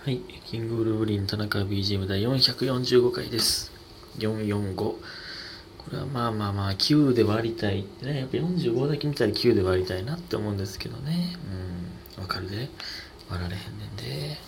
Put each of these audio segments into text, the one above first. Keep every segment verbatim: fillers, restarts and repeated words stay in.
はい、キングブルーブリン田中 ビージーエム 第よんひゃくよんじゅうごかいです。よんよんご。これはまあまあまあきゅうで割りたいってね、やっぱよんじゅうごだけ見たらきゅうで割りたいなって思うんですけどね。うん、わかるで。割られへんねんで。はい。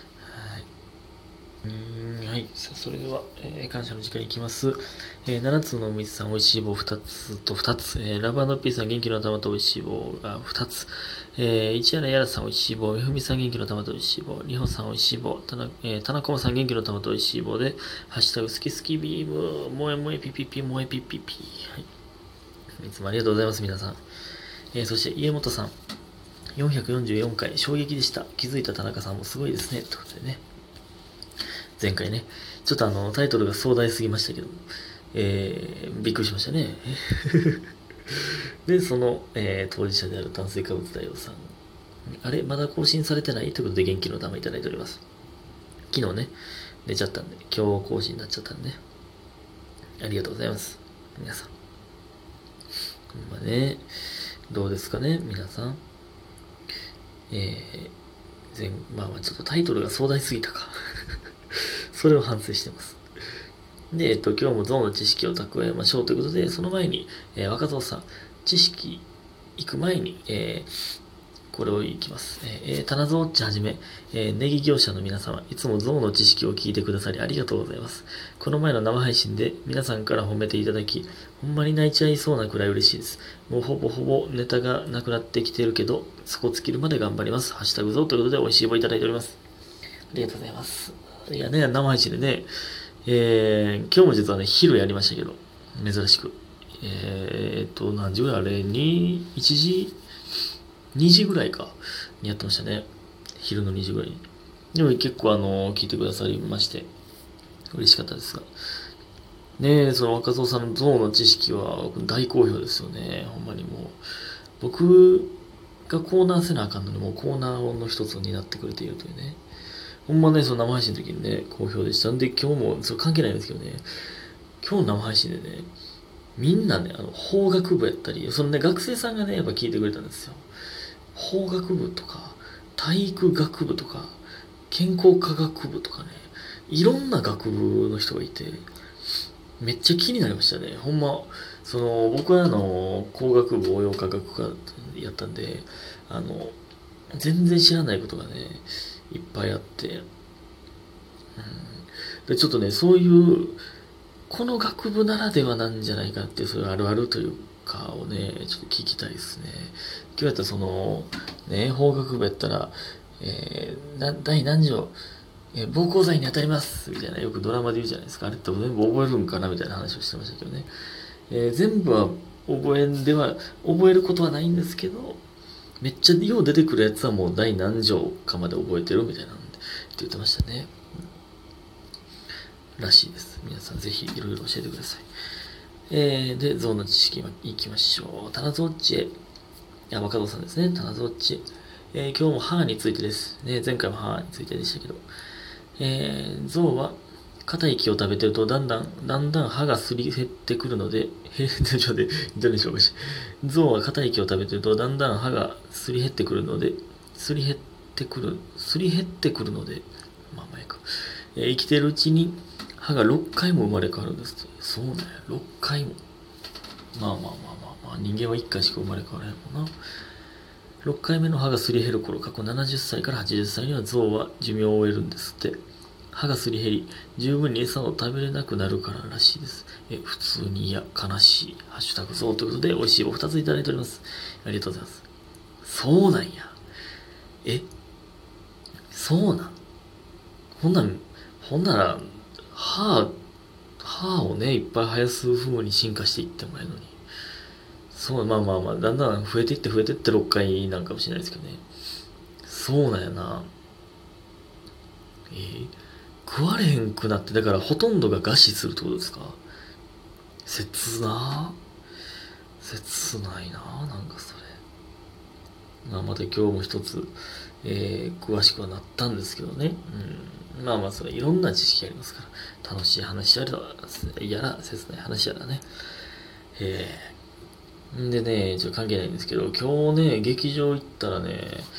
うーん、はい。さあ、それでは、えー感謝の時間いきます。えー、ななつのおみつさん、おいしい棒ふたつとふたつ。えー、ラブピーさん、元気の玉とおいしい棒がふたつ。えー、市原やらさん、おいしい棒。めふみさん、元気の玉とおいしい棒。りほさん、おいしい棒。たな、えー、たなこまさん、元気の玉とおいしい棒で、ハッシュタグ、好き好きビーム、萌え萌えピピピ、萌えピピピ。はい。いつもありがとうございます、皆さん。えー、そして、家元さん。よんひゃくよんじゅうよんかい、衝撃でした。気づいた田中さんもすごいですね。ということでね。前回ね、ちょっとあの、タイトルが壮大すぎましたけど、えー、びっくりしましたね。で、その、えー当事者である炭水化物大王さん。あれまだ更新されてないということで元気の玉いただいております。昨日ね、出ちゃったんで、今日更新になっちゃったんで、ありがとうございます。皆さん。ほんまね、どうですかね、皆さん。えー、前、まあまあちょっとタイトルが壮大すぎたか。それを反省してます。で、えっと、今日も象の知識を蓄えましょうということで、その前に、えー、若造さん、知識行く前に、えー、これをいきます。えー、棚蔵っちはじめ、えー、ネギ業者の皆様、いつも象の知識を聞いてくださりありがとうございます。この前の生配信で皆さんから褒めていただき、ほんまに泣いちゃいそうなくらい嬉しいです。もうほぼほぼネタがなくなってきてるけど、そこ尽きるまで頑張ります。ハッシュタグ象ということで美味しい棒いただいております。ありがとうございます。いやね、生配信でね、えー、今日も実はね、昼やりましたけど、珍しく。えーっと、何時ぐらいあれ ?に、いちじ にじぐらいか、にやってましたね。昼のにじぐらいに。でも結構あの、聞いてくださりまして、嬉しかったですが。ねえ、その若造さんの象の知識は大好評ですよね。ほんまにもう。僕がコーナーせなあかんのにもうコーナーの一つを担ってくれているというね。ほんまね、その生配信の時にね、好評でした。んで今日も、それ関係ないんですけどね、今日生配信でね、みんなね、あの、法学部やったり、そのね、学生さんがね、やっぱ聞いてくれたんですよ。法学部とか、体育学部とか、健康科学部とかね、いろんな学部の人がいて、めっちゃ気になりましたね。ほんま、その、僕はあの、工学部応用科学科やったんで、あの、全然知らないことがね、いっぱいあって、で、ちょっとね、そういう、この学部ならではなんじゃないかっていう、そういうあるあるというかをね、ちょっと聞きたいですね。今日やったらその、ね、法学部やったら、えー、な、第何条、えー暴行罪に当たりますみたいな、よくドラマで言うじゃないですか。あれって全部覚えるんかなみたいな話をしてましたけどね。えー全部は覚えんでは、覚えることはないんですけど、めっちゃよう出てくるやつはもう第何条かまで覚えてるみたいなんで、って言ってましたね。らしいです。皆さんぜひいろいろ教えてください。えー、で、象の知識いきましょう。タナゾッチェ。いや、若造さんですね。タナゾッチェ。えー、今日も歯についてです。ね、前回も歯についてでしたけど。えー、象は、硬い木を食べてると、だんだん、だんだん歯がすり減ってくるので、へ、ちょっと待って、どうでしょうかし。象は硬い木を食べてると、だんだん歯がすり減ってくるので、すり減ってくる、すり減ってくるので、まあ前か。えー生きてるうちに、歯がろっかいも生まれ変わるんです。そうね、ろっかいも。まあまあまあまあまあ、人間はいっかいしか生まれ変わらへんもんな。ろっかいめの歯がすり減る頃、過去ななじゅっさいからはちじゅっさいには象は寿命を終えるんですって。歯がすり減り、十分に餌を食べれなくなるかららしいです。え、普通にいや、悲しい。ハッシュタグ象ということで、美味しい棒ふたついただいております。ありがとうございます。そうなんや。え、そうなん。ほんなん、ほんなら、歯、歯をね、いっぱい生やす風に進化していってもらえるのに。そう、まあまあまあ、だんだん増えていって増えていってろっかいなんかもしれないですけどね。そうなんやな。えー食われへんくなって、だからほとんどが餓死するってことですか？切な切ないななんかそれ。まあ、また今日も一つ、えー、詳しくはなったんですけどね。うん。まあまあ、それいろんな知識ありますから。楽しい話やら、やら、切ない話やらね。えー、んでね、ちょっと関係ないんですけど、今日ね、劇場行ったらね、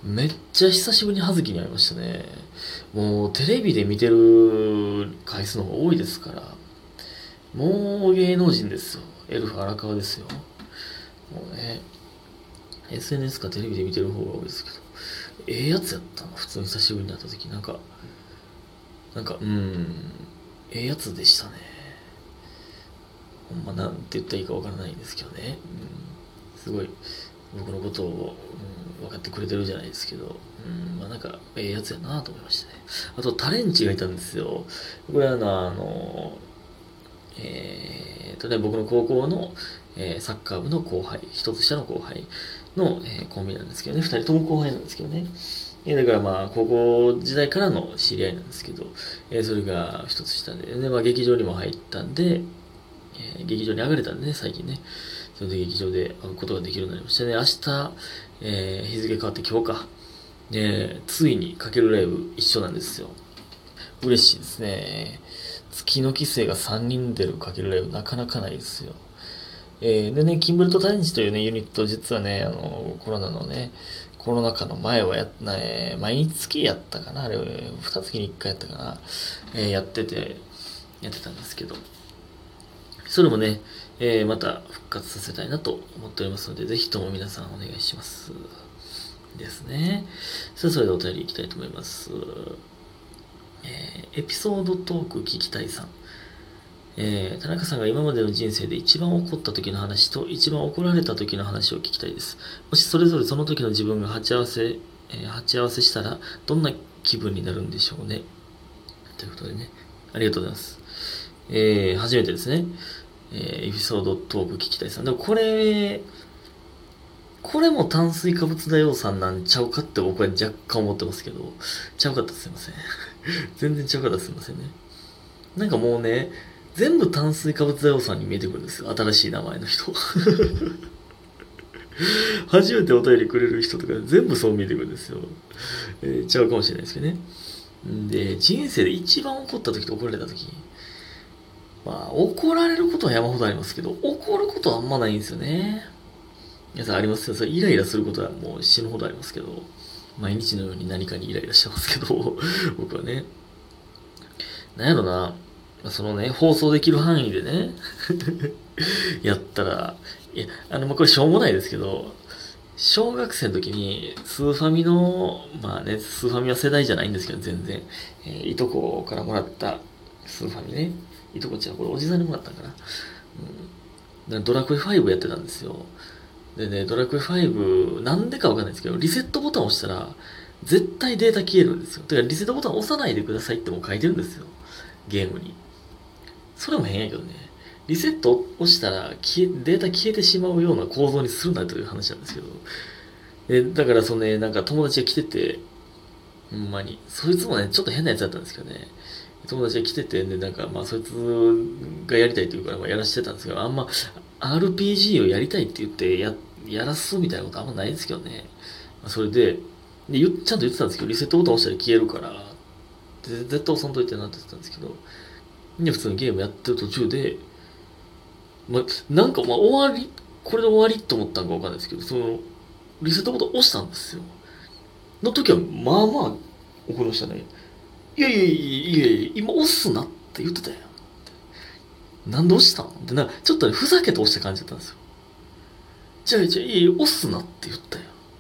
めっちゃ久しぶりに葉月に会いましたね。もうテレビで見てる回数の方が多いですから。もう芸能人ですよ。エルフ荒川ですよ。もうね、エスエヌエス かテレビで見てる方が多いですけど。ええやつやったな、普通に久しぶりに会った時。なんか、なんか、うーん、ええやつでしたね。ほんまなんて言ったらいいかわからないんですけどね。うん、すごい、僕のことを、うん、分かってくれてるじゃないですけど、うん、まあなんか、ええやつやなと思いましたね。あと、タレンチがいたんですよ。これはあの、あの、えーとね、僕の高校の、えーサッカー部の後輩、一つ下の後輩の、えーコンビなんですけどね、二人とも後輩なんですけどね。えーだからまあ、高校時代からの知り合いなんですけど、えーそれが一つ下で、で、まあ劇場にも入ったんで、えー劇場に上がれたんでね、最近ね。それで劇場で会うことができるようになりましたね。明日、えー日付変わって今日か。ね、ついにかけるライブ一緒なんですよ。嬉しいですね。月の期生がさんにん出るかけるライブなかなかないですよ。えー、でね、キンブルトタレンジというね、ユニット、実はね、あの、コロナのね、コロナ禍の前はやっ、ね、毎日月やったかな、あれ、二月に一回やったかな、えーやってて、やってたんですけど、それもね、えーまた復活させたいなと思っておりますので、ぜひとも皆さんお願いします。ですね。さあ、それでお便りいきたいと思います。えーエピソードトーク聞きたいさん。えー、田中さんが今までの人生で一番怒った時の話と一番怒られた時の話を聞きたいです。もしそれぞれその時の自分が鉢合わせ、えー鉢合わせしたらどんな気分になるんでしょうね。ということでね、ありがとうございます。えー、初めてですね、えーエピソードトーク聞きたいさん。でもこれ、これも炭水化物大王さんなんちゃうかって僕は若干思ってますけど、ちゃうかったらすいません。全然ちゃうかったらすいませんね。なんかもうね、全部炭水化物大王さんに見えてくるんですよ。新しい名前の人。初めてお便りくれる人とか全部そう見えてくるんですよ。えー、ちゃうかもしれないですけどね。で、人生で一番怒った時と怒られた時。まあ、怒られることは山ほどありますけど、怒ることはあんまないんですよね。皆さんありますよ。それイライラすることはもう死ぬほどありますけど、毎日のように何かにイライラしてますけど、僕はね。なんやろな、そのね、放送できる範囲でね、やったら、いや、あの、まあ、これしょうもないですけど、小学生の時に、スーファミの、まあね、スーファミは世代じゃないんですけど、全然、えーいとこからもらったスーファミね、いとこちゃん、これおじさんにもらったんかな。うん、ドラクエファイブやってたんですよ。でね、ドラクエファイブ、なんでかわかんないですけど、リセットボタンを押したら、絶対データ消えるんですよ。だからリセットボタン押さないでくださいってもう書いてるんですよ。ゲームに。それも変やけどね。リセットを押したら消え、データ消えてしまうような構造にするなという話なんですけど。で、だからそのね、なんか友達が来てて、ほんまに。そいつもね、ちょっと変なやつだったんですけどね。友達が来てて、で、なんかまあそいつがやりたいっていうから、まあ、やらしてたんですけど、あんま アールピージー をやりたいって言ってや、やらすみたいなことあんまないですけどね。まあ、それで、で、ちゃんと言ってたんですけど、リセットボタン押したら消えるから、で絶対押さんといてなって言ってたんですけど、で、普通にゲームやってる途中で、まあ、なんかまあ終わり、これで終わりと思ったんかわかんないですけど、その、リセットボタン押したんですよ。の時は、まあまあ怒りましたね。いやいやいやいやいや、今押すなって言ってたやん。なんで押したんってな、ちょっとね、ふざけて押した感じだったんですよ。じゃあ、じゃあ、いやいや、押すなって言ったや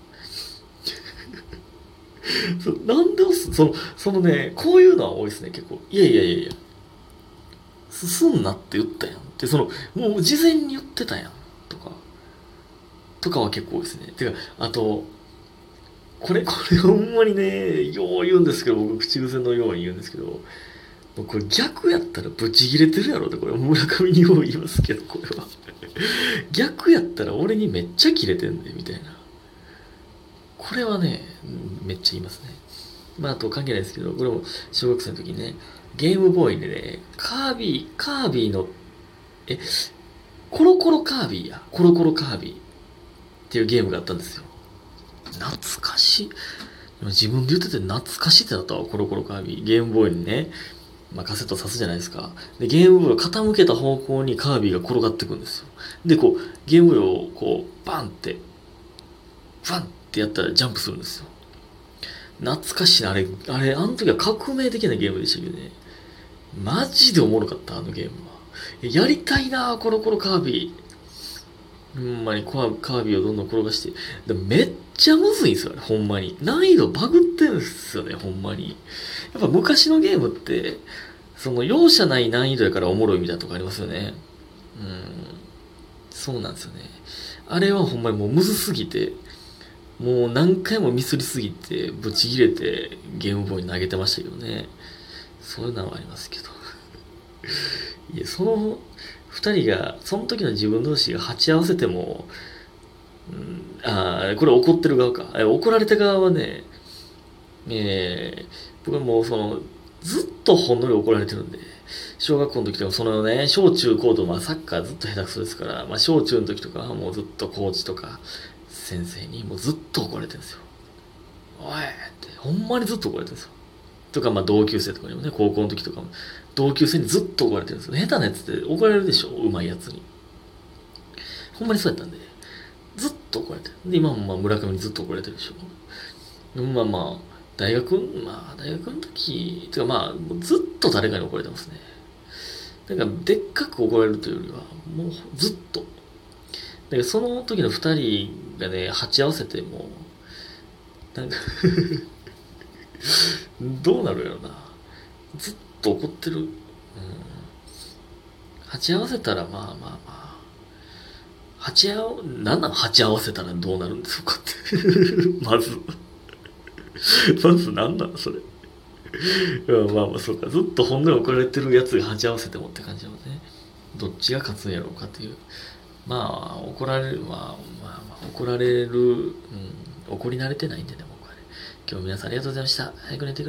ん。そうなんで押すその、そのね、こういうのは多いですね、結構。いやいやいやいや、すすんなって言ったやん。って、その、もう事前に言ってたやん。とか、とかは結構多いですね。てか、あと、これ、これほんまにね、よう言うんですけど、僕口癖のように言うんですけど、これ逆やったらブチギレてるやろって、これ村上によう言いますけど、これは。逆やったら俺にめっちゃキレてんで、みたいな。これはね、めっちゃ言いますね。まあ、あと関係ないですけど、これも小学生の時にね、ゲームボーイでね、カービィ、カービィの、え、コロコロカービィや、コロコロカービィっていうゲームがあったんですよ。懐かしい。自分で言ってて懐かしいってなったわ、コロコロカービィ。ゲームボーイにね、まあ、カセット挿すじゃないですか。で、ゲームボーイを傾けた方向にカービィが転がっていくんですよ。で、こう、ゲームボーイをこう、バンって、バンってやったらジャンプするんですよ。 懐かしいな、あれ、あれ、あの時は革命的なゲームでしたけどね。マジでおもろかった、あのゲームは。やりたいなコロコロカービィ。ほんまにカービィをどんどん転がして。でもめっちゃむずいんですよね、ほんまに。難易度バグってるんですよね、ほんまに。やっぱ昔のゲームって、その容赦ない難易度やからおもろいみたいなとこありますよね。うん。そうなんですよね。あれはほんまにもうむずすぎて、もう何回もミスりすぎて、ブチ切れてゲームボーイに投げてましたけどね。そういうのはありますけど。いや、その二人が、その時の自分同士が鉢合わせても、うん、ああ、これ怒ってる側か。怒られた側はね、えー、僕はもうその、ずっとほんのり怒られてるんで、小学校の時とかそのね、小中高とまあサッカーずっと下手くそですから、まあ小中の時とかはもうずっとコーチとか先生にもうずっと怒られてるんですよ。おいって、ほんまにずっと怒られてるんですよ。とかまあ同級生とかにもね、高校の時とかも同級生にずっと怒られてるんですよ。下手なやつって怒られるでしょ、上手いやつに。ほんまにそうやったんで、ずっと怒られてる。で、今もまあ村上にずっと怒られてるでしょ。まあまあ、大学、まあ大学の時、てかまあ、ずっと誰かに怒られてますね。だから、でっかく怒られるというよりは、もうずっと。だからその時の二人がね、鉢合わせても、なんかどうなるやろな。ずっと怒ってる。うん。鉢合わせたら、まあまあまあ。鉢合わ、なんなん鉢合わせたらどうなるんですかってまず。まずなんなんそれ。うん、まあまあそうか。ずっと本音を怒られてるやつが鉢合わせてもって感じだもんね。どっちが勝つんやろうかっていう。まあ、怒られる、まあ、まあまあ、怒られる、うん、怒り慣れてないんでね、僕はね。今日皆さんありがとうございました。早く寝てください。